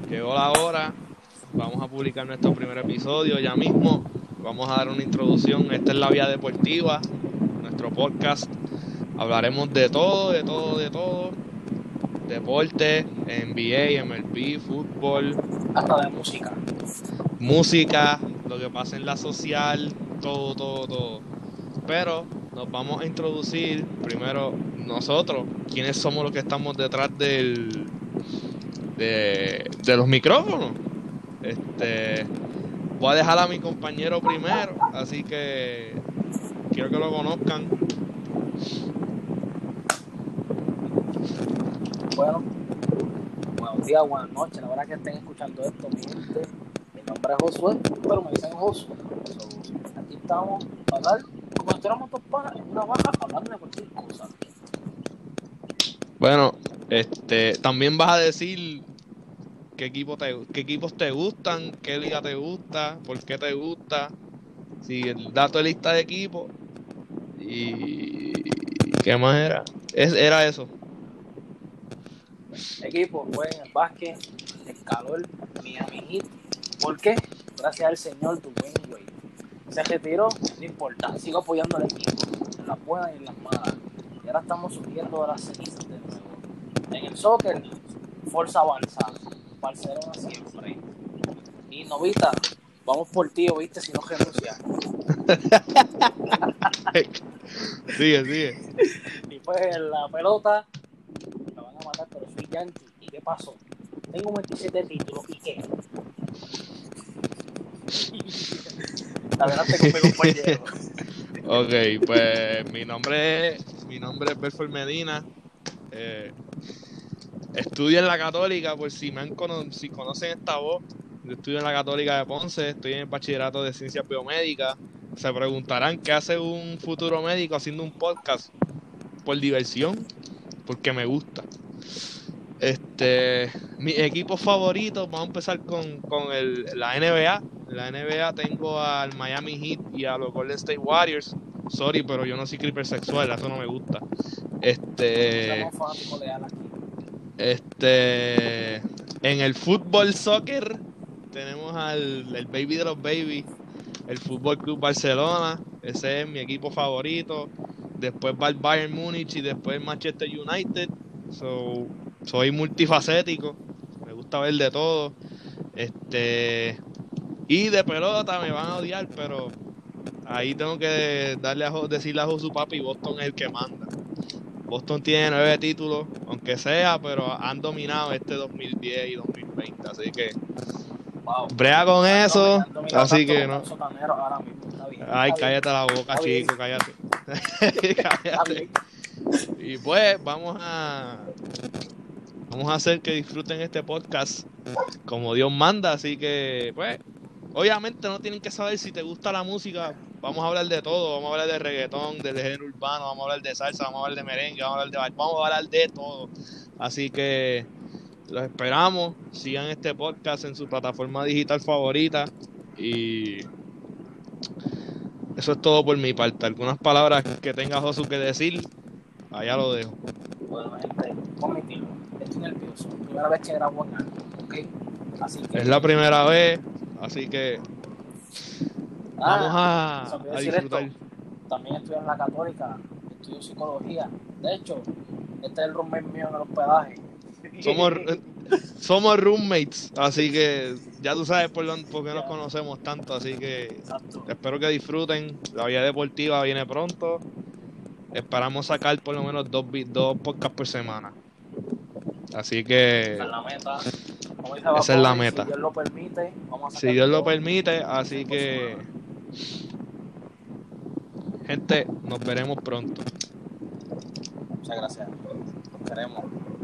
Llegó la hora, vamos a publicar nuestro primer episodio ya mismo. Vamos a dar una introducción. Esta es La Vía Deportiva, nuestro podcast. Hablaremos de todo, de todo, de todo. Deporte, NBA, MLB, fútbol, Hasta de música. música, lo que pasa en la social, todo, todo, todo. Pero nos vamos a introducir primero nosotros, quiénes somos los que estamos detrás de los micrófonos. Voy a dejar a mi compañero primero, así que quiero que lo conozcan. Bueno, buenos días, buenas noches. La verdad que estén escuchando esto, mi gente. Mi nombre es Josué, pero me dicen Josué. Aquí estamos a hablar, como si estuviéramos dos panas en una baja hablando de cualquier cosa. Bueno, también vas a decir qué equipos te gustan, qué liga te gusta, por qué te gusta, si el dato de lista de equipos y qué más era. Era eso. Equipo, jueguen el básquet, el calor, Miami Heat. ¿Por qué? Gracias al señor Dwayne Wade. Se retiró, no importa, sigo apoyando al equipo, en las buenas y en las malas. Y ahora estamos subiendo de las cenizas de nuevo. En el soccer, Forza Avanza, Barcelona siempre. Y Novita, vamos por ti, ¿viste? Si no renuncia. Sigue. Y pues en la pelota, me van a matar, pero soy Yankee. ¿Y qué pasó? Tengo 27 títulos, ¿y qué? La verdad con mi compañero. Ok, pues mi nombre es Belfort Medina. Estudio en la Católica, por si si conocen esta voz. Yo estudio en la Católica de Ponce, estoy en el bachillerato de Ciencias Biomédicas. Se preguntarán qué hace un futuro médico haciendo un podcast. Por diversión, porque me gusta. Mis equipos favoritos, vamos a empezar con la NBA. En la NBA tengo al Miami Heat y a los Golden State Warriors. Sorry, pero yo no soy creeper sexual, eso no me gusta. Somos fanáticos leales aquí. En el fútbol soccer tenemos el baby de los babies, el Fútbol Club Barcelona. Ese es mi equipo favorito. Después va el Bayern Múnich y después el Manchester United. Soy multifacético, me gusta ver de todo. Y de pelota me van a odiar, pero ahí tengo que decirle a Josu Papi, Boston es el que manda. Boston tiene 9 títulos, aunque sea, pero han dominado este 2010 y 2020, así que Wow. brega con eso, Han dominado así tanto que como no. los sotaneros ahora mismo. Está bien. Ay, Está bien. cállate la boca, Está bien. chico, cállate. Está Cállate. bien. Y pues vamos a hacer que disfruten este podcast como Dios manda, así que pues obviamente no tienen que saber si te gusta la música. Vamos a hablar de todo, vamos a hablar de reggaetón, del género urbano, vamos a hablar de salsa, vamos a hablar de merengue, vamos a hablar de todo. Así que los esperamos, sigan este podcast en su plataforma digital favorita y eso es todo por mi parte. Algunas palabras que tenga Josu que decir, allá lo dejo. Bueno, gente, conmigo. Estoy nervioso. Primera vez que grabo en algo, ¿ok? Así que. Es la primera vez, así que vamos Se olvidó a decir esto. disfrutar. También estudio en la Católica. Estudio psicología. De hecho, este es el roommate mío en el hospedaje. Somos roommates, así que ya tú sabes por qué nos Ya. conocemos tanto, así que Exacto. espero que disfruten. La vida deportiva viene pronto. Esperamos sacar por lo menos dos podcasts por semana. Así que Esa es la meta. Como dice esa es la Baboni, meta. si Dios lo permite, vamos a Si sacar Dios lo dos permite, así por que semana. gente, nos veremos pronto. Muchas gracias. Nos queremos.